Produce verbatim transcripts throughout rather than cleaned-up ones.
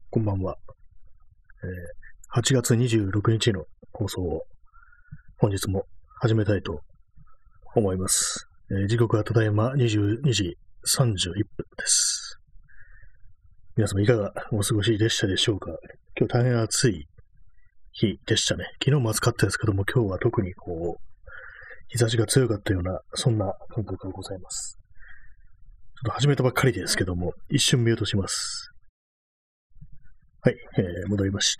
こんばんは。えーはちがつにじゅうろくにちの放送を本日も始めたいと思います。えー時刻はただいまにじゅうにじさんじゅういっぷんです。皆様いかがお過ごしでしたでしょうか？今日大変暑い日でしたね。昨日も暑かったですけども、今日は特にこう、日差しが強かったような、そんな感覚がございます。ちょっと始めたばっかりですけども、一瞬ミュートします。はい、えー戻りました。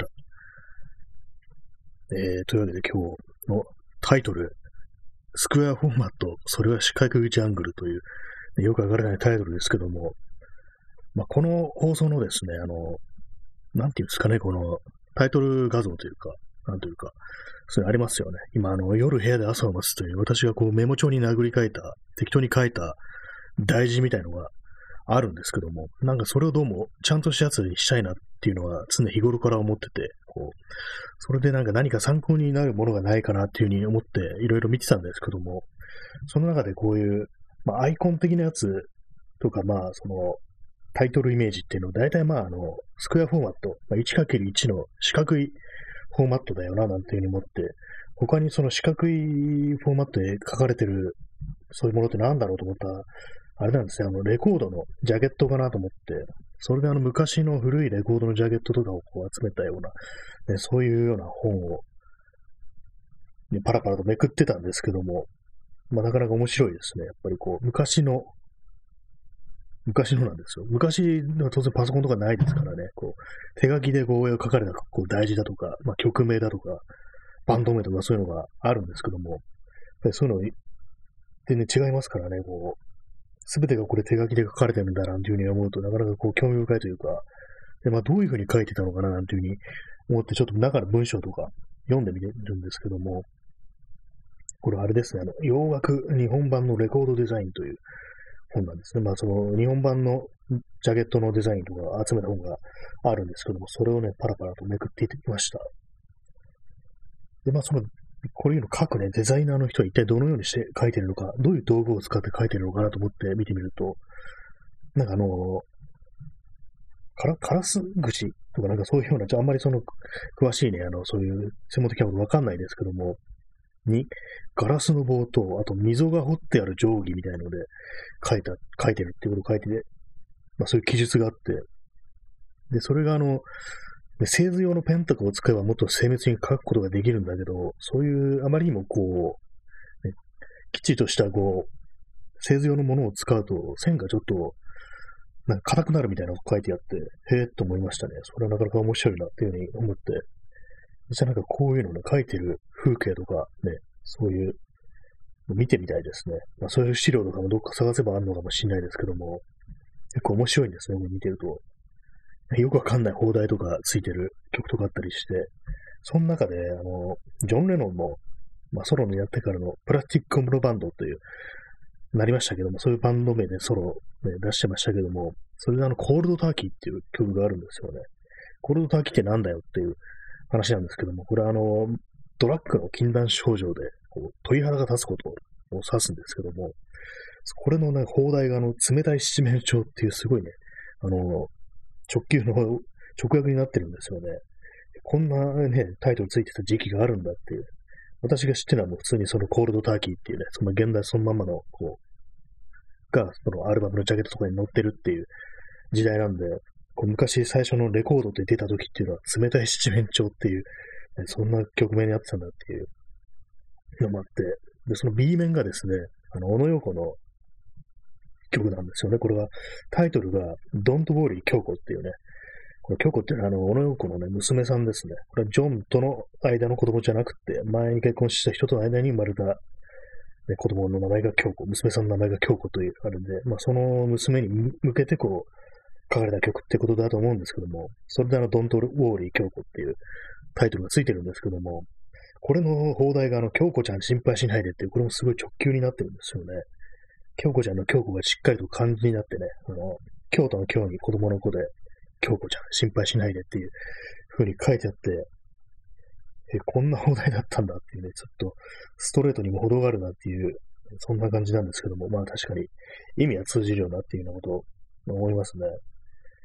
えーというわけで今日のタイトル、スクエアフォーマット、それは四角いジャングルという、よくわからないタイトルですけども、まあ、この放送のですね、あの、なんていうんですかね、このタイトル画像というか、なんというか、それありますよね。今、あの、夜部屋で朝を待つという、私がこうメモ帳に殴り書いた、適当に書いた大事みたいのがあるんですけども、なんかそれをどうもちゃんとしたやつにしたいなっていうのは常日頃から思ってて、こう、それでなんか何か参考になるものがないかなっていうふうに思っていろいろ見てたんですけども、その中でこういう、まあ、アイコン的なやつとか、まあ、その、タイトルイメージっていうのを大体まあ、あの、スクエアフォーマット、まあ、いちかけるいち の四角いフォーマットだよな、なんていうふうに思って、他にその四角いフォーマットで書かれてる、そういうものって何だろうと思ったら、あれなんですね、あの、レコードのジャケットかなと思って、それであの、昔の古いレコードのジャケットとかをこう集めたような、ね、そういうような本を、ね、パラパラとめくってたんですけども、まあ、なかなか面白いですね。やっぱりこう、昔の、昔のなんですよ。昔は当然パソコンとかないですからね、こう、手書きでこう、書かれたこう大事だとか、まあ、曲名だとか、バンド名とかそういうのがあるんですけども、やっぱりそういうの全然違いますからね、こう、すべてがこれ手書きで書かれてるんだなんていうふうに思うと、なかなかこう興味深いというか、で、まあどういうふうに書いてたのかななんていうふうに思って、ちょっと中の文章とか読んでみてるんですけども、これあれですね、あの、洋楽日本版のレコードデザインという本なんですね。まあその日本版のジャケットのデザインとか集めた本があるんですけども、それをね、パラパラとめくっていきました。で、まあその、こういうの書くね、デザイナーの人は一体どのようにして書いてるのか、どういう道具を使って書いてるのかなと思って見てみると、なんかあの、カラカラス口とかなんかそういうような、じゃああんまりその、詳しいね、あの、そういう専門的なことわかんないですけども、に、ガラスの棒と、あと溝が掘ってある定規みたいので書いた、書いてるっていうことを書いてて、まあそういう記述があって、で、それがあの、で製図用のペンとかを使えばもっと精密に書くことができるんだけど、そういうあまりにもこう、ね、きっちりとしたこう、製図用のものを使うと線がちょっとなんか硬くなるみたいなのが書いてあって、へえと思いましたね。それはなかなか面白いなっていうふうに思って、実際なんかこういうのね、書いてる風景とかね、そういうの見てみたいですね。まあそういう資料とかもどっか探せばあるのかもしれないですけども、結構面白いんですね、これ見てると。よくわかんない放題とかついてる曲とかあったりして、その中で、あの、ジョン・レノンの、まあ、ソロになってからのプラスティック・オムロバンドという、なりましたけども、そういうバンド名でソロ、ね、出してましたけども、それであの、コールド・ターキーっていう曲があるんですよね。コールド・ターキーってなんだよっていう話なんですけども、これはあの、ドラッグの禁断症状で、こう鳥肌が立つことを指すんですけども、これのね、放題があの、冷たい七面鳥っていうすごいね、あの、直球の直訳になってるんですよね。こんなね、タイトルついてた時期があるんだっていう。私が知ってるのはもう普通にそのコールドターキーっていうね、その現代そのままの、こう、が、そのアルバムのジャケットとかに載ってるっていう時代なんで、こう昔最初のレコードで出た時っていうのは冷たい七面鳥っていう、ね、そんな曲名になってたんだっていうのもあって、で、その B 面がですね、あの、小野洋子の曲なんですよね。これは、タイトルが Don't Worry 京子っていうね、この京子っていうのは、あの、小野洋子のね、娘さんですね。これはジョンとの間の子供じゃなくて、前に結婚した人との間に生まれた、ね、子供の名前が京子、娘さんの名前が京子というあるんで、まあ、その娘に向けてこう、書かれた曲ってことだと思うんですけども、それであの、Don't Worry 京子っていうタイトルがついてるんですけども、これの放題があの、京子ちゃん心配しないでっていう、これもすごい直球になってるんですよね。京子ちゃんの京子がしっかりと漢字になってね、あの、京都の京に子供の子で、京子ちゃん心配しないでっていう風に書いてあって、え、こんな放題だったんだっていうね、ちょっとストレートにも程があるなっていう、そんな感じなんですけども、まあ確かに意味は通じるよなっていうようなことを思いますね。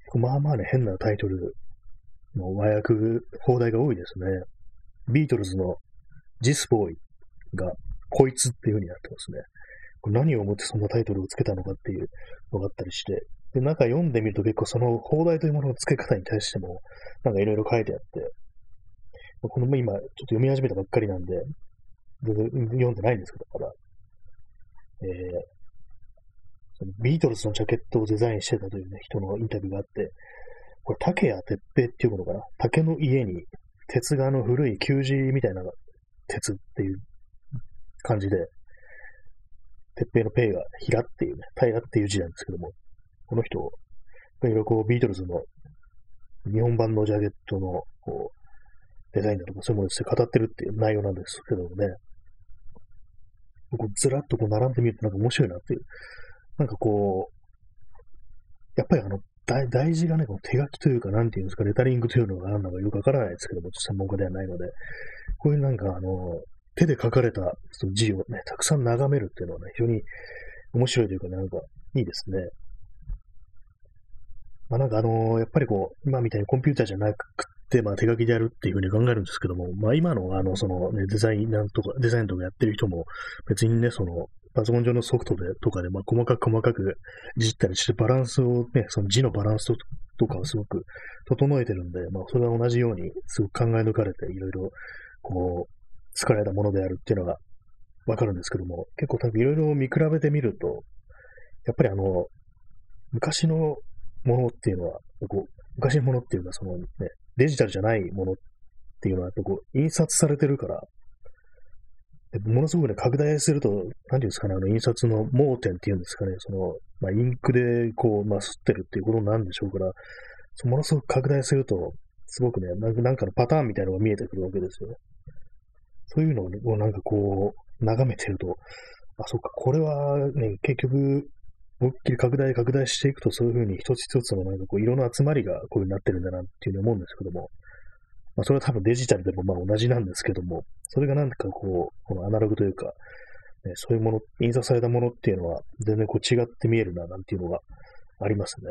まあまあね、変なタイトルの和訳、放題が多いですね。ビートルズのジスボーイがこいつっていう風になってますね。これ何を思ってそんなタイトルをつけたのかっていうのがあったりして、で、中読んでみると結構その放題というものの付け方に対しても、なんかいろいろ書いてあって、この今ちょっと読み始めたばっかりなんで、全然読んでないんですけど、まだ。えー、そのビートルズのジャケットをデザインしてたというね、人のインタビューがあって、これ竹谷哲平っていうものかな。竹の家に鉄があの古い旧字みたいな鉄っていう感じで、鉄平のペイが平っていうね、平っていう字なんですけども、この人、いろいろこうビートルズの日本版のジャケットのこうデザインだとかそういうものについて語ってるっていう内容なんですけどもね、こうずらっとこう並んでみるとなんか面白いなっていう、なんかこう、やっぱりあの大大事がね、この手書きというか、なんていうんですか、レタリングというのが何なのかよくわからないですけども、専門家ではないので、こういうなんかあの、手で書かれたその字をね、たくさん眺めるっていうのはね、非常に面白いというか、ね、なんかいいですね。まあなんかあのー、やっぱりこう、今みたいにコンピューターじゃなくて、まあ手書きでやるっていうふうに考えるんですけども、まあ今のあの、そのね、デザインなんとか、デザインとかやってる人も、別にね、その、パソコン上のソフトでとかで、まあ細かく細かくいじったりして、バランスをね、その字のバランスとかをすごく整えてるんで、まあそれは同じように、すごく考え抜かれて、いろいろ、こう、作られたものであるっていうのがわかるんですけども、結構多分いろいろ見比べてみると、やっぱりあの、昔のものっていうのは、こう昔のものっていうのは、そのね、デジタルじゃないものっていうのは、やっぱこう、印刷されてるから、ものすごくね、拡大すると、なんていうんですかね、あの、印刷の盲点っていうんですかね、その、まあ、インクで、こう、まあ、吸ってるっていうことなんでしょうから、ものすごく拡大すると、すごくね、なんかのパターンみたいなのが見えてくるわけですよね。そういうのをなんかこう、眺めてると、あ、そっか、これはね、結局、思いっきり拡大拡大していくと、そういうふうに一つ一つのなんかこう色の集まりがこういうになってるんだなっていうふうに思うんですけども、まあ、それは多分デジタルでもまあ同じなんですけども、それがなんかこう、このアナログというか、ね、そういうもの、印刷されたものっていうのは全然こう違って見えるななんていうのがありますね。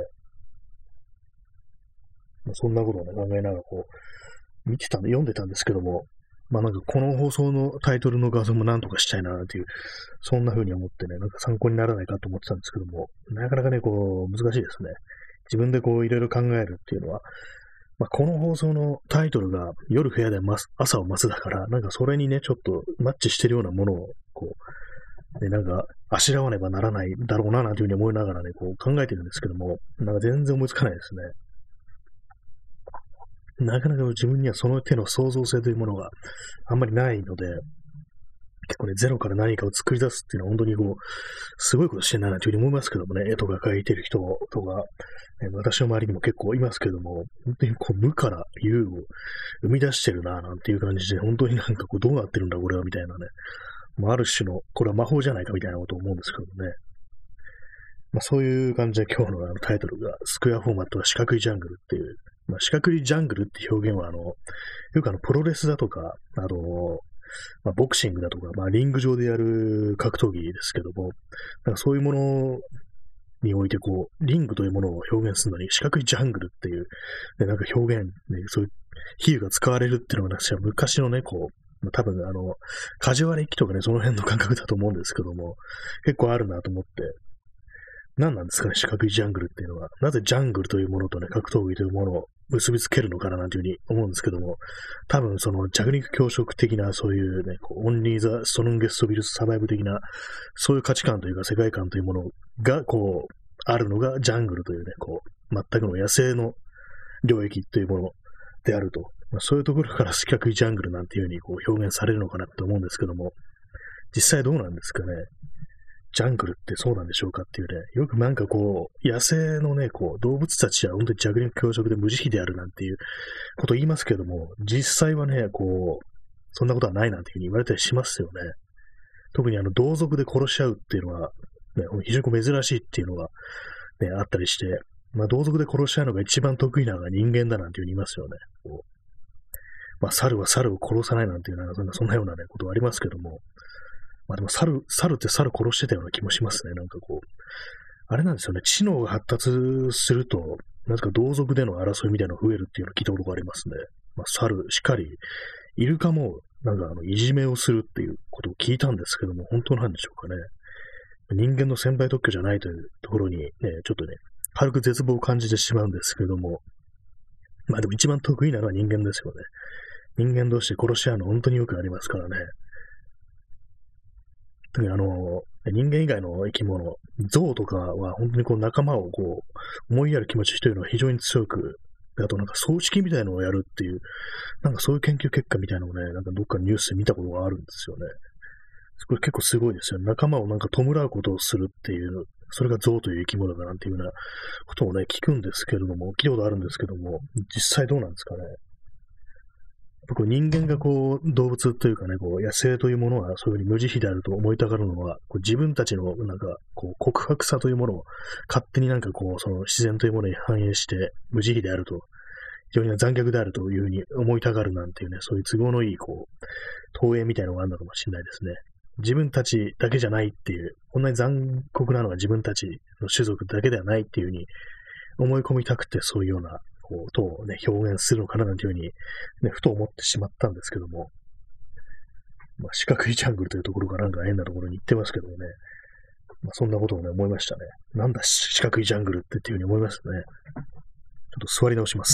まあ、そんなことをね、考えながらこう、見てたんで、読んでたんですけども、まあなんかこの放送のタイトルの画像もなんとかしたいなっていう、そんな風に思ってね、なんか参考にならないかと思ってたんですけども、なかなかね、こう、難しいですね。自分でこう、いろいろ考えるっていうのは、まあ、この放送のタイトルが夜部屋で朝を待つだから、なんかそれにね、ちょっとマッチしてるようなものを、こう、ね、なんか、あしらわねばならないだろうな、なんていうふうに思いながらね、こう考えてるんですけども、なんか全然思いつかないですね。なかなか自分にはその手の創造性というものがあんまりないので、結構ね、ゼロから何かを作り出すっていうのは本当にこう、すごいことしてんなというふうに思いますけどもね、絵とか描いてる人とか、ね、私の周りにも結構いますけども、本当にこう無から有を生み出してるななんていう感じで、本当になんかこうどうなってるんだこれはみたいなね、まあ、ある種の、これは魔法じゃないかみたいなことを思うんですけどもね。まあ、そういう感じで今日のあのタイトルが、スクエアフォーマットは四角いジャングルっていう、まあ、四角いジャングルって表現は、あの、よくあの、プロレスだとか、あの、まあ、ボクシングだとか、まあ、リング上でやる格闘技ですけども、なんかそういうものにおいて、こう、リングというものを表現するのに、四角いジャングルっていう、ね、なんか表現、ね、そういう比喩が使われるっていうのが、私は昔のね、こう、まあ、多分、あの、梶原一騎とかね、その辺の感覚だと思うんですけども、結構あるなと思って、何なんですかね、四角いジャングルっていうのは。なぜジャングルというものとね、格闘技というものを結びつけるのかななんていうふうに思うんですけども、多分その弱肉強食的なそういうね、こうオンリー・ザ・ストロンゲスト・ビルス・サバイブ的な、そういう価値観というか世界観というものが、こう、あるのがジャングルというね、こう、全くの野生の領域というものであると。まあ、そういうところから四角いジャングルなんていうふうにこう表現されるのかなと思うんですけども、実際どうなんですかね。ジャングルってそうなんでしょうかっていうね、よくなんかこう、野生のね、こう、動物たちは本当に弱肉強食で無慈悲であるなんていうことを言いますけども、実際はね、こう、そんなことはないなんていうふうに言われたりしますよね。特にあの、同族で殺し合うっていうのは、ね、非常に珍しいっていうのが、ね、あったりして、まあ、同族で殺し合うのが一番得意なのが人間だなんていうふうに言いますよね。こうまあ、猿は猿を殺さないなんていうのは、そんな、そんなようなね、ことはありますけども、まあでも猿、猿って猿殺してたような気もしますね。なんかこう、あれなんですよね。知能が発達すると、 なぜか同族での争いみたいなのが増えるっていうのを聞いたことがありますね。まあ、猿しかり、イルカも、なんかあの、いじめをするっていうことを聞いたんですけども、本当なんでしょうかね。人間の専売特許じゃないというところにね、ちょっとね、軽く絶望を感じてしまうんですけども、まあでも一番得意なのは人間ですよね。人間同士で殺し合うの本当によくありますからね。特にあの、人間以外の生き物、象とかは本当にこう仲間をこう、思いやる気持ちというのは非常に強く、あとなんか葬式みたいなのをやるっていう、なんかそういう研究結果みたいなのをね、なんかどっかニュースで見たことがあるんですよね。これ結構すごいですよね。仲間をなんか弔うことをするっていう、それが象という生き物だなんていうようなことをね、聞くんですけれども、聞いたことあるんですけども、実際どうなんですかね。こう人間がこう動物というかね、こう野生というものはそういうふうに無慈悲であると思いたがるのは、こう自分たちのなんかこう告白さというものを勝手になんかこうその自然というものに反映して無慈悲であると、非常に残虐であるというふうに思いたがるなんていうね、そういう都合のいいこう投影みたいなのがあるのかもしれないですね。自分たちだけじゃないっていう、こんなに残酷なのは自分たちの種族だけではないっていうふうに思い込みたくて、そういうようなことをね、表現するのかななんていうふうに、ね、ふと思ってしまったんですけども、まあ、四角いジャングルというところがなんか変なところに行ってますけどもね、まあ、そんなことをね、思いましたね。なんだ四角いジャングルってっていうふうに思いましたね。ちょっと座り直します。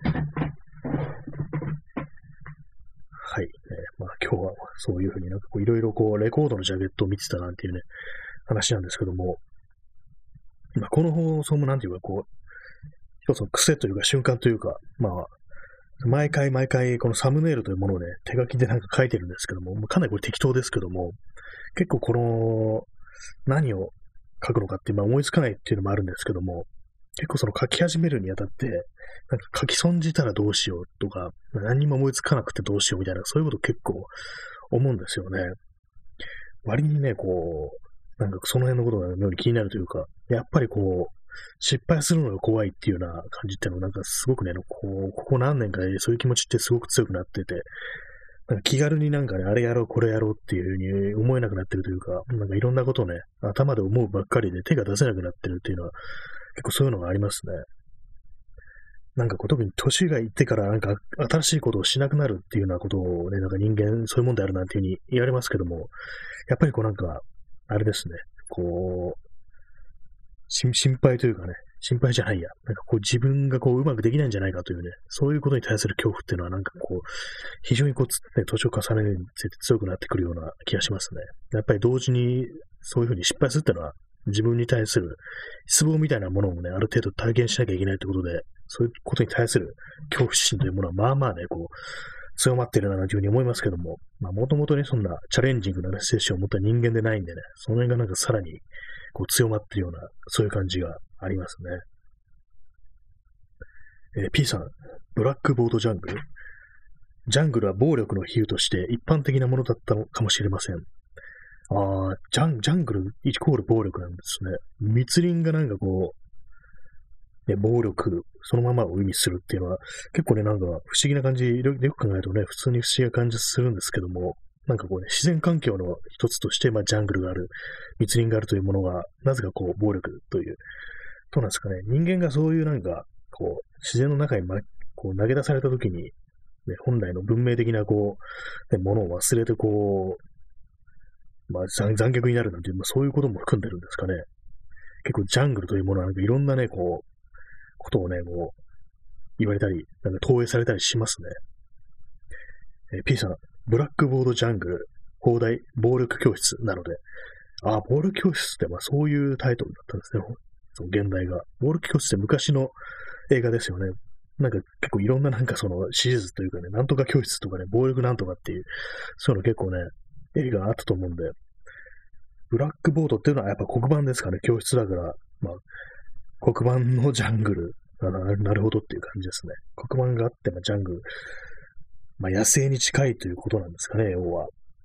はい。ね、まあ今日はそういうふうになんかこういろいろこうレコードのジャケットを見てたなんていうね、話なんですけども、まあこの放送もなんていうかこう、一つの癖というか瞬間というか、まあ、毎回毎回このサムネイルというものをね、手書きでなんか書いてるんですけども、かなりこれ適当ですけども、結構この何を書くのかって今思いつかないっていうのもあるんですけども、結構その書き始めるにあたって、なんか書き損じたらどうしようとか、何にも思いつかなくてどうしようみたいな、そういうこと結構思うんですよね。割にね、こう、なんかその辺のことが妙に気になるというか、やっぱりこう、失敗するのが怖いっていうような感じっていうのなんかすごくね、こう、ここ何年かでそういう気持ちってすごく強くなってて、なんか気軽になんかね、あれやろう、これやろうっていうふうに思えなくなってるというか、なんかいろんなことをね、頭で思うばっかりで手が出せなくなってるっていうのは、結構そういうのがありますね。なんかこう特に年がいってからなんか新しいことをしなくなるっていうようなことをね、なんか人間そういうもんであるなんていうふうに言われますけども、やっぱりこうなんか、あれですね、こう、心配というかね、心配じゃないや、なんかこう自分がこううまくできないんじゃないかというね、そういうことに対する恐怖っていうのはなんかこう、非常にこう、ね、年を重ねるにつれて強くなってくるような気がしますね。やっぱり同時にそういうふうに失敗するっていうのは、自分に対する失望みたいなものもね、ある程度体験しなきゃいけないということで、そういうことに対する恐怖心というものは、まあまあね、こう、強まっているなというふうに思いますけども、まあ、もともとね、そんなチャレンジングな、ね、精神を持った人間でないんでね、その辺がなんかさらに、こう、強まっているような、そういう感じがありますね。えー、P さん、ブラックボードジャングル。ジャングルは暴力の比喩として一般的なものだったのかもしれません。ああ、ジャン、ジャングルイコール暴力なんですね。密林がなんかこう、ね、暴力そのままを意味するっていうのは、結構ね、なんか不思議な感じ、よく考えるとね、普通に不思議な感じするんですけども、なんかこうね、自然環境の一つとして、まあ、ジャングルがある、密林があるというものが、なぜかこう、暴力という、どうなんですかね、人間がそういうなんか、こう、自然の中に、ま、こう投げ出されたときに、ね、本来の文明的なこう、ね、ものを忘れてこう、まあ、残虐になるなんていう、まあ、そういうことも含んでるんですかね。結構ジャングルというものはなんかいろんなね、こう、ことをね、こう、言われたり、なんか投影されたりしますね。えー、P さん、ブラックボードジャングル、放題、暴力教室なので、ああ、暴力教室ってまあそういうタイトルだったんですね。その現代が。暴力教室って昔の映画ですよね。なんか結構いろんななんかそのシリーズというかね、なんとか教室とかね、暴力なんとかっていう、そういうの結構ね、映画あったと思うんで、ブラックボードっていうのはやっぱ黒板ですかね、教室だから、まあ、黒板のジャングル、あなるほどっていう感じですね。黒板があって、まあ、ジャングル、まあ、野生に近いということなんですかね、要は。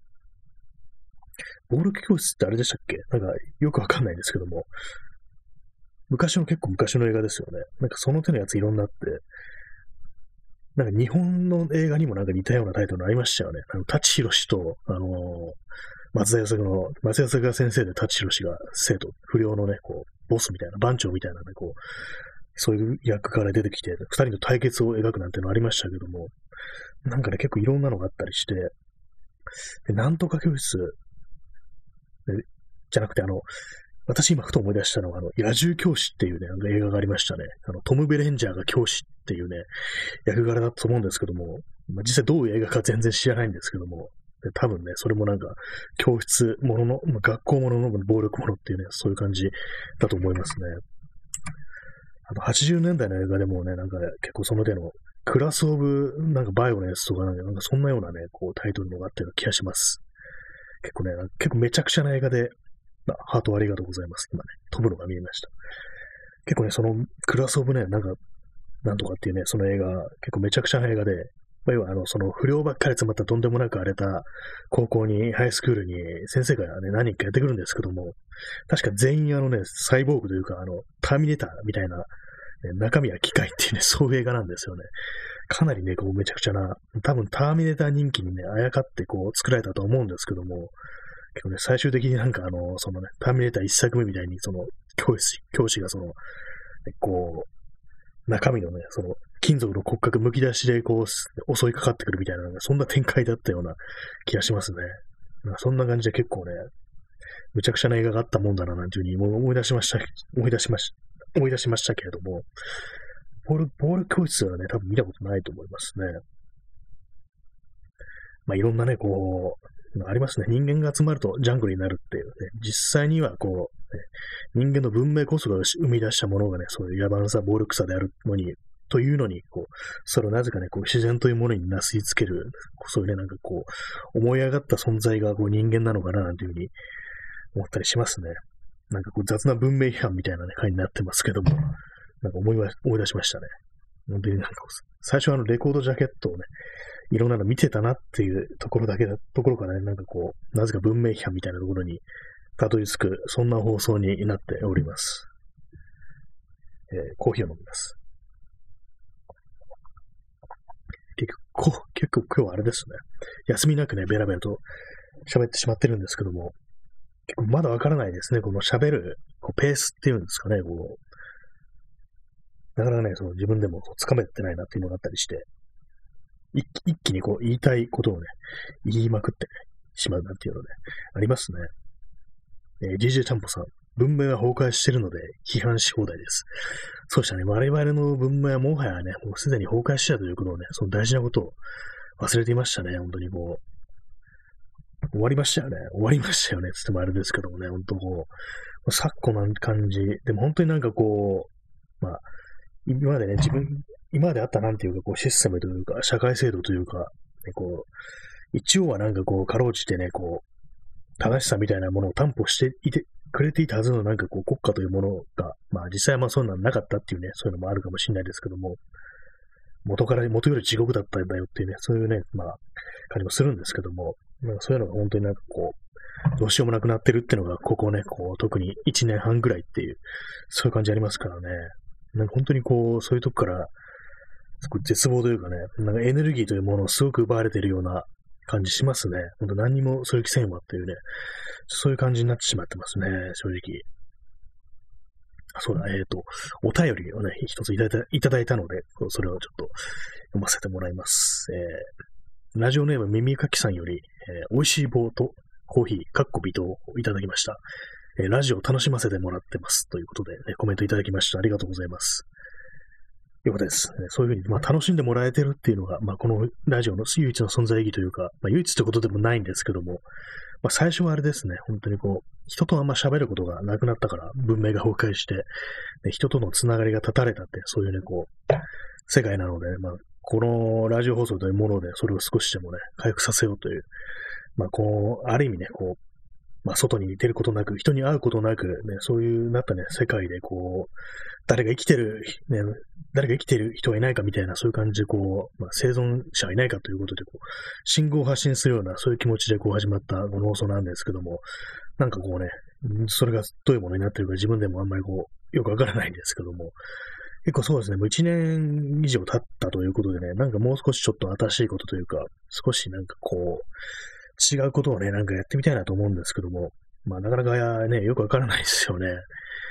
暴力教室ってあれでしたっけ？なんかよくわかんないんですけども、昔の結構昔の映画ですよね。なんかその手のやついろんなあって、なんか日本の映画にもなんか似たようなタイトルありましたよね。あの、舘ひろしと、あのー、松田康の、松田康先生で舘ひろしが生徒、不良のね、こう、ボスみたいな、番長みたいなね、こう、 そういう役から出てきて、二人の対決を描くなんてのありましたけども、なんかね、結構いろんなのがあったりして、でなんとか教室でじゃなくて、あの、私今ふと思い出したのは、あの、野獣教師っていうね、なんか映画がありましたね。あの、トム・ベレンジャーが教師っていうね、役柄だと思うんですけども、まあ、実際どういう映画か全然知らないんですけども、で多分ね、それもなんか、教室ものの、まあ、学校ものの暴力ものっていうね、そういう感じだと思いますね。あと、はちじゅうねんだいの映画でもね、なんかね、結構その手の、クラスオブ、なんかバイオレンスとかなんか、なんかそんなようなね、こう、タイトルのがあったような気がします。結構ね、結構めちゃくちゃな映画で、あ、ハートありがとうございます。今ね、飛ぶのが見えました。結構ね、その、クラスオブね、なんか、なんとかっていうね、その映画、結構めちゃくちゃな映画で、まあ、要はあの、その不良ばっかり詰まったとんでもなく荒れた高校に、ハイスクールに先生がね、何人かやってくるんですけども、確か全員あのね、サイボーグというか、あの、ターミネーターみたいな、ね、中身は機械っていうね、そういう映画なんですよね。かなりね、こうめちゃくちゃな、多分ターミネーター人気にね、あやかってこう作られたと思うんですけども、結構ね、最終的になんかあの、そのね、ターミネーター一作目みたいに、その、教師、教師がその、こう、中身のね、その、金属の骨格剥き出しでこう、襲いかかってくるみたいな、そんな展開だったような気がしますね。そんな感じで結構ね、むちゃくちゃな映画があったもんだな、なんていうふうに思い出しました、思い出しました、思い出しましたけれども、ボール、ボール教室はね、多分見たことないと思いますね。まあ、いろんなね、こう、ありますね。人間が集まるとジャングルになるっていうね。実際にはこう、ね、人間の文明こそが生み出したものがね、そういう野蛮さ、暴力さであるのに、というのに、こう、それをなぜかね、こう、自然というものになすりつける、そういうね、なんかこう、思い上がった存在がこう人間なのかな、なんていうふうに思ったりしますね。なんかこう、雑な文明批判みたいなね、回になってますけども、なんか思い思い出しましたね。本当になんか、最初はあの、レコードジャケットをね、いろんなの見てたなっていうところだけだ、ところからね、なんかこう、なぜか文明批判みたいなところにたどり着く、そんな放送になっております。えー、コーヒーを飲みます。結構、結構今日はあれですね。休みなくね、ベラベラと喋ってしまってるんですけども、結構まだわからないですね。この喋る、こうペースっていうんですかね、こう。なかなかね、その自分でもつかめてないなっていうのがあったりして、一一気にこう言いたいことをね、言いまくってしまうなんていうのね、ありますね。えー、ディージェー ちゃんぽさん、文明は崩壊しているので批判し放題です。そうしたね、我々の文明はもはやね、もうすでに崩壊したということをね、その大事なことを忘れていましたね、本当にこう。終わりましたよね。終わりましたよね。つってもあれですけどもね、本当こう、昨今な感じ。でも本当になんかこう、まあ、今までね、自分、今まであったなんていうか、こう、システムというか、社会制度というか、ね、こう、一応はなんかこう、かろうじてね、こう、正しさみたいなものを担保していてくれていたはずのなんかこう、国家というものが、まあ実際はまあそんなのなかったっていうね、そういうのもあるかもしれないですけども、元から、元より地獄だったんだよっていうね、そういうね、まあ、感じもするんですけども、まあ、そういうのが本当になんかこう、どうしようもなくなってるっていうのが、ここね、こう、特にいちねんはんぐらいっていう、そういう感じありますからね。なんか本当にこう、そういうとこから、すごい絶望というかね、なんかエネルギーというものをすごく奪われているような感じしますね。本当何にもそういう気せんわっていうね、そういう感じになってしまってますね、正直。あ、そうだ、えっと、お便りをね、一ついただいたいただいたので、それをちょっと読ませてもらいます。えー、ラジオネーム耳かきさんより、えー、美味しい棒とコーヒー、かっこ微糖をいただきました。えー、ラジオを楽しませてもらってます。ということで、ね、コメントいただきました。ありがとうございます。よかったです。そういうふうに、まあ、楽しんでもらえてるっていうのが、まあ、このラジオの唯一の存在意義というか、まあ、唯一ということでもないんですけども、まあ、最初はあれですね、本当にこう、人とあんま喋ることがなくなったから、文明が崩壊して、で人とのつながりが断たれたって、そういうね、こう、世界なので、まあ、このラジオ放送というもので、それを少しでもね、回復させようという、まあ、こう、ある意味ね、こう、まあ、外に出ることなく、人に会うことなく、ね、そういうなったね、世界でこう、誰が生きてる、ね、誰が生きてる人はいないかみたいな、そういう感じでこう、まあ、生存者はいないかということで、こう、信号を発信するような、そういう気持ちでこう始まったこの放送なんですけども、なんかこうね、それがどういうものになってるか自分でもあんまりこう、よくわからないんですけども、結構そうですね、もう一年以上経ったということでね、なんかもう少しちょっと新しいことというか、少しなんかこう、違うことをね、なんかやってみたいなと思うんですけども、まあなかなかね、よくわからないですよね。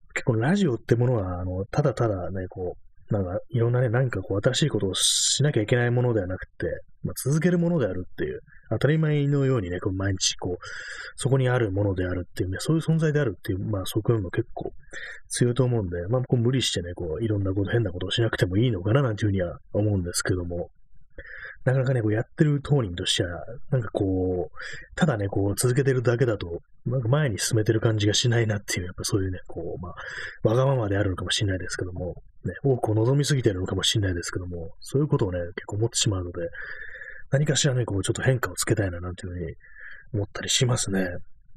結構ラジオってものは、あの、ただただね、こう、なんか、いろんなね、何かこう、新しいことをしなきゃいけないものではなくて、まあ、続けるものであるっていう、当たり前のようにね、こう毎日、こう、そこにあるものであるっていうね、そういう存在であるっていう、まあ、側面も結構強いと思うんで、まあ、こう無理してね、こう、いろんなこと、変なことをしなくてもいいのかな、なんていうふうには思うんですけども、なかなかね、こうやってる当人としては、なんかこう、ただね、こう続けてるだけだと、なんか前に進めてる感じがしないなっていう、やっぱそういうね、こう、まあ、わがままであるのかもしれないですけども、ね、多くを望みすぎてるのかもしれないですけども、そういうことをね、結構思ってしまうので、何かしらね、こう、ちょっと変化をつけたいな、なんていうふうに思ったりしますね。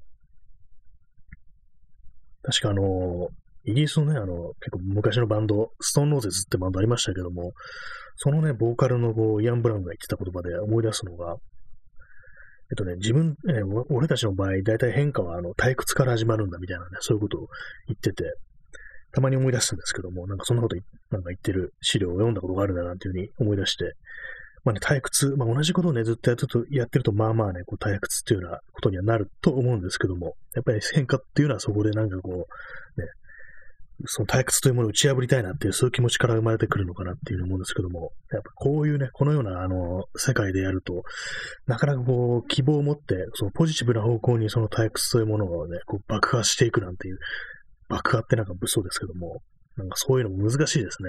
確かあの、イギリスのね、あの、結構昔のバンド、ストーンローゼズってバンドありましたけども、そのね、ボーカルのこうイアン・ブラウンが言ってた言葉で思い出すのが、えっとね、自分、えー俺たちの場合、大体変化はあの退屈から始まるんだみたいなね、そういうことを言ってて、たまに思い出すんですけども、なんかそんなことなんか言ってる資料を読んだことがあるんだなっていうふうに思い出して、まあね、退屈、まあ同じことをね、ずっとやってると、やってると、まあまあね、こう退屈っていうようなことにはなると思うんですけども、やっぱり変化っていうのはそこでなんかこう、ね、その退屈というものを打ち破りたいなっていう、そういう気持ちから生まれてくるのかなっていうふうに思うんですけども、やっぱこういうね、このような、あの、世界でやると、なかなかこう、希望を持って、そのポジティブな方向にその退屈というものをね、こう爆破していくなんていう、爆破ってなんか物騒ですけども、なんかそういうのも難しいですね。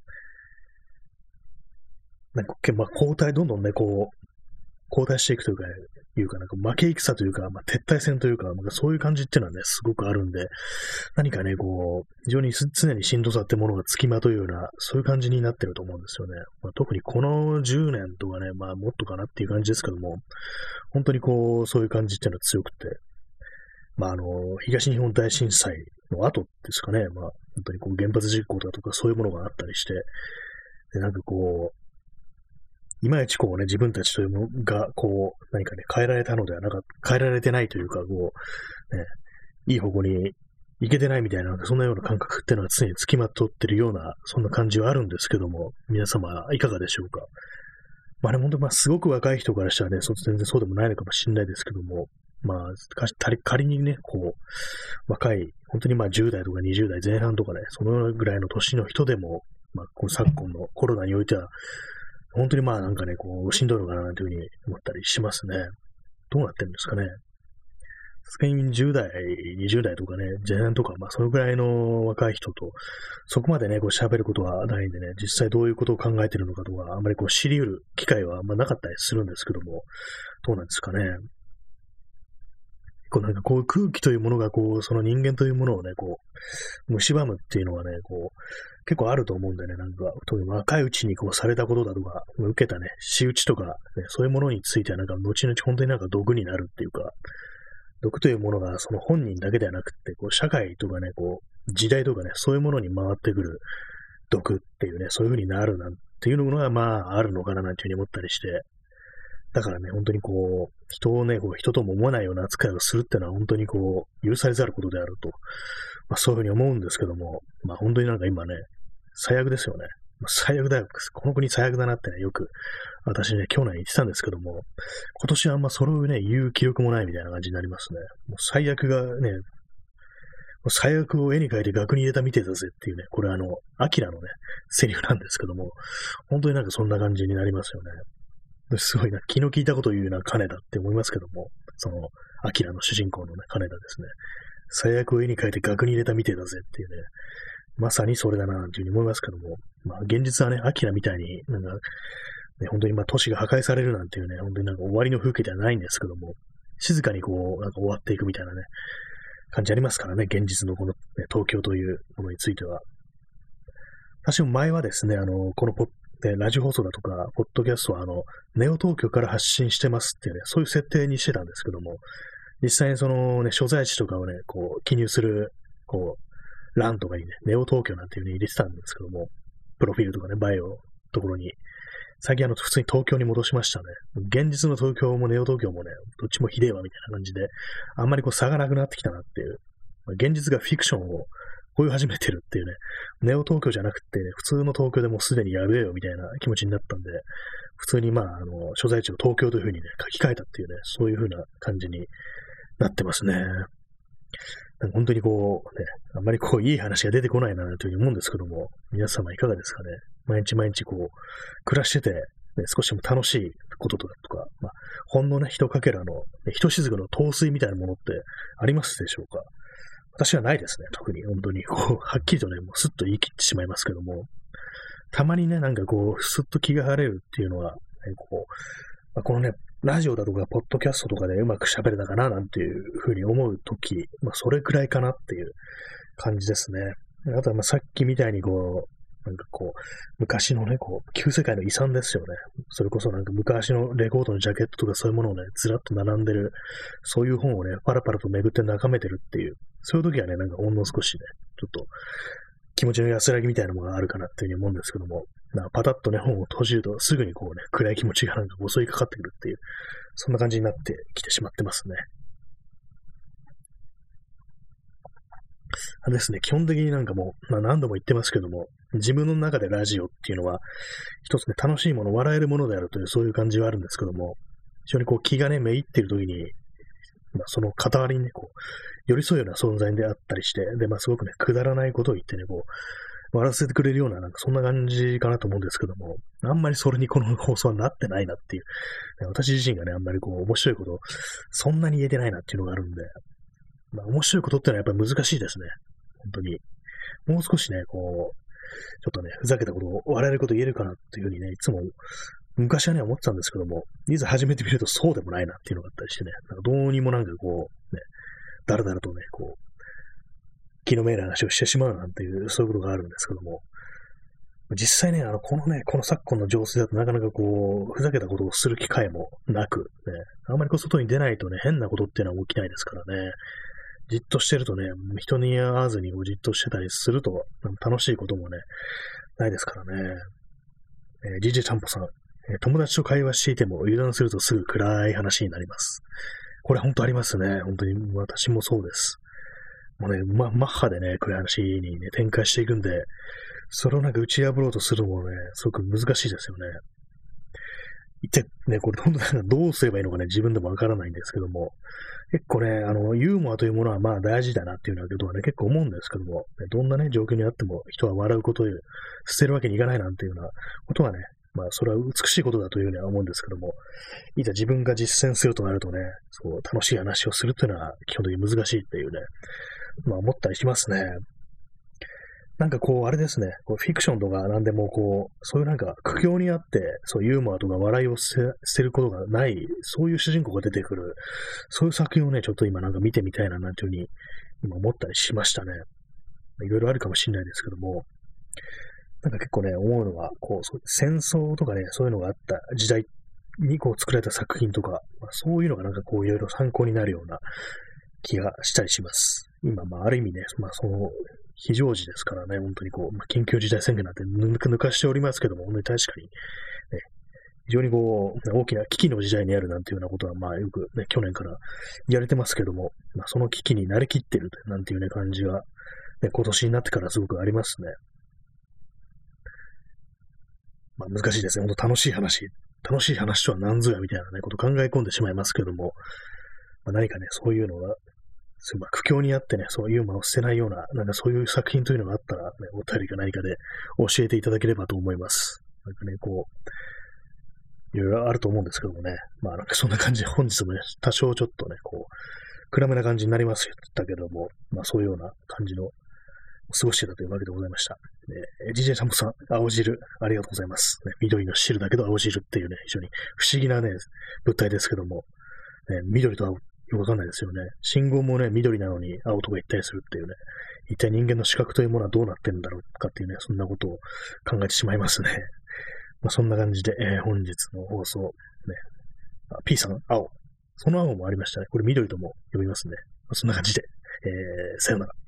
なんか、まあ、交代、どんどんね、こう、交代していくというか、ね、いうか、なんか負け戦というか、まあ、撤退戦というか、なんかそういう感じっていうのはね、すごくあるんで、何かね、こう、非常に常にしんどさってものがつきまとうような、そういう感じになってると思うんですよね。まあ、特にこのじゅうねんとかね、まあもっとかなっていう感じですけども、本当にこう、そういう感じっていうのは強くて、まああの、東日本大震災の後ですかね、まあ本当にこう原発事故だとかそういうものがあったりして、で、なんかこう、いまいちこうね、自分たちというものが、こう、何かね、変えられたのではなかった、変えられてないというか、こう、ね、いい方向にいけてないみたいな、そんなような感覚っていうのは常につきまとってるような、そんな感じはあるんですけども、皆様いかがでしょうか。まあね、本当まあすごく若い人からしたらね、そ全然そうでもないのかもしれないですけども、まあ、仮にね、こう、若い、本当にまあじゅう代とかにじゅう代前半とかね、そのぐらいの年の人でも、まあ、この昨今のコロナにおいては、本当にまあなんかね、こう、しんどいのかなというふうに思ったりしますね。どうなってるんですかね。さすがにじゅう代、にじゅう代とかね、前半とか、まあそのぐらいの若い人と、そこまでね、こう喋ることはないんでね、実際どういうことを考えてるのかとか、あんまりこう知り得る機会はあんまなかったりするんですけども、どうなんですかね。こうなんかこういう空気というものがこう、その人間というものをね、こう、蝕むっていうのはね、こう、結構あると思うんでね、なんか、特に若いうちにこうされたことだとか、受けたね、仕打ちとか、ね、そういうものについてはなんか、後々本当になんか毒になるっていうか、毒というものがその本人だけではなくて、こう、社会とかね、こう、時代とかね、そういうものに回ってくる毒っていうね、そういう風になるなんていうのが、まあ、あるのかななんていう風に思ったりして、だからね、本当にこう、人をね、こう人とも思わないような扱いをするっていうのは本当にこう、許されざることであると、まあそういうふうに思うんですけども、まあ本当になんか今ね、最悪ですよね。最悪だよ。この国最悪だなってね、よく私ね、去年言ってたんですけども、今年はあんまそれをね、言う気力もないみたいな感じになりますね。もう最悪がね、最悪を絵に描いて額に入れたみてえだぜっていうね、これあの、アキラのね、セリフなんですけども、本当になんかそんな感じになりますよね。すごいな、気の利いたことを言うな、金田って思いますけども、その、アキラの主人公のね、金田ですね。最悪を絵に描いて額に入れたみてえだぜっていうね、まさにそれだな、というふうに思いますけども、まあ、現実はね、アキラみたいになんか、ね、本当にまあ、都市が破壊されるなんていうね、本当になんか終わりの風景ではないんですけども、静かにこう、なんか終わっていくみたいなね、感じありますからね、現実のこの、ね、東京というものについては。私も前はですね、あの、このポッで、ラジオ放送だとか、ポッドキャストは、あの、ネオ東京から発信してますっていうね、そういう設定にしてたんですけども、実際にそのね、所在地とかをね、こう、記入する、こう、欄とかにね、ネオ東京なんていう風に入れてたんですけども、プロフィールとかね、バイオのところに、最近あの、普通に東京に戻しましたね。現実の東京もネオ東京もね、どっちもひでえわみたいな感じで、あんまりこう差がなくなってきたなっていう、現実がフィクションをこういう始めてるっていうね、ネオ東京じゃなくて、ね、普通の東京でもうすでにやべえよみたいな気持ちになったんで、普通にまあ、あの、所在地を東京という風にね、書き換えたっていうね、そういう風な感じになってますね。 なんか本当にこう、ね、あんまりこう、いい話が出てこないな、というふうに思うんですけども、皆様いかがですかね。毎日毎日こう、暮らしてて、ね、少しでも楽しいこととか、とかまあ、ほんのね、一かけらの、ね、一雫の陶酔みたいなものってありますでしょうか。私はないですね、特に。本当に、こう、はっきりとね、もうスッと言い切ってしまいますけども、たまにね、なんかこう、スッと気が晴れるっていうのは、ね、こう、まあ、このね、ラジオだとか、ポッドキャストとかでうまく喋れたかな、なんていうふうに思うとき、まあ、それくらいかなっていう感じですね。あとは、まあ、さっきみたいにこう、なんかこう、昔のね、こう、旧世界の遺産ですよね。それこそなんか昔のレコードのジャケットとかそういうものをね、ずらっと並んでる、そういう本をね、パラパラと巡って眺めてるっていう、そういう時はね、なんかほんの少しね、ちょっと気持ちの安らぎみたいなものがあるかなっていうふうに思うんですけども、なんかパタッとね、本を閉じるとすぐにこうね、暗い気持ちがなんか襲いかかってくるっていう、そんな感じになってきてしまってますね。あれですね、基本的になんかもう、まあ何度も言ってますけども、自分の中でラジオっていうのは、一つね、楽しいもの、笑えるものであるという、そういう感じはあるんですけども、非常にこう気がね、めいっている時に、まあその傍りにね、こう、寄り添うような存在であったりして、で、まあすごくね、くだらないことを言ってね、こう、笑わせてくれるような、なんかそんな感じかなと思うんですけども、あんまりそれにこの放送はなってないなっていう、ね、私自身がね、あんまりこう、面白いことを、そんなに言えてないなっていうのがあるんで、まあ面白いことってのはやっぱり難しいですね。本当に。もう少しね、こう、ちょっとね、ふざけたことを、笑えること言えるかなっていうふうにね、いつも、昔はね、思ってたんですけども、いざ始めてみるとそうでもないなっていうのがあったりしてね、なんかどうにもなんかこう、ね、だらだらとね、こう、気のめいる話をしてしまうなんていう、そういうことがあるんですけども、実際ね、あの、このね、この昨今の情勢だとなかなかこう、ふざけたことをする機会もなく、ね、あんまりこう外に出ないとね、変なことっていうのは起きないですからね、じっとしてるとね、人に会わずにこうじっとしてたりすると、楽しいこともね、ないですからね。えー、ジージェー ちゃんぽさん、えー、友達と会話していても油断するとすぐ暗い話になります。これ本当ありますね。本当に私もそうです。もうね、ま、マッハでね、暗い話にね、展開していくんで、それをなんか打ち破ろうとするのもね、すごく難しいですよね。一体ね、これどんな、どうすればいいのかね、自分でもわからないんですけども、結構ね、あの、ユーモアというものはまあ大事だなっていうようなことはね、結構思うんですけども、ね、どんなね、状況にあっても人は笑うことを捨てるわけにいかないなんていうようなことはね、まあ、それは美しいことだというふうには思うんですけども、いざ自分が実践するとなるとね、そう、楽しい話をするというのは基本的に難しいっていうね、まあ思ったりしますね。なんかこう、あれですね、こうフィクションとかなんでもこう、そういうなんか苦境にあって、そうユーモアとか笑いを捨てることがない、そういう主人公が出てくる、そういう作品をね、ちょっと今なんか見てみたいななんていうふうに今思ったりしましたね。いろいろあるかもしれないですけども、なんか結構ね、思うのは、こう、そう戦争とかね、そういうのがあった時代にこう作られた作品とか、まあ、そういうのがなんかこういろいろ参考になるような気がしたりします。今、まあある意味ね、まあその、非常時ですからね、本当にこう、まあ、緊急事態宣言なんて抜か抜かしておりますけども、本当に確かに、ね、非常にこう、大きな危機の時代にあるなんていうようなことは、まあよくね、去年から言われてますけども、まあその危機に慣れきってるなんていうね、感じが、ね、今年になってからすごくありますね。まあ難しいですね。本当楽しい話。楽しい話とは何ぞやみたいなね、こと考え込んでしまいますけども、まあ、何かね、そういうのが、まあ、苦境にあってね、そういうユーモアを捨てないような、なんかそういう作品というのがあったら、ね、お便りか何かで教えていただければと思います。なんかね、こう、いろいろあると思うんですけどもね、まあなんかそんな感じで本日もね、多少ちょっとね、こう、暗めな感じになりましたけども、まあそういうような感じの過ごしてたというわけでございました。ね、ジージェー サンプさん、青汁、ありがとうございます。ね、緑の汁だけど青汁っていうね、非常に不思議なね、物体ですけども、ね、緑と青、よくわかんないですよね。信号もね、緑なのに青とか言ったりするっていうね、一体人間の視覚というものはどうなってるんだろうかっていうね、そんなことを考えてしまいますね。まあ、そんな感じで、えー、本日の放送、ね、あ P さん、青。その青もありましたね。これ緑とも呼びますね。まあ、そんな感じで、えー、さよなら。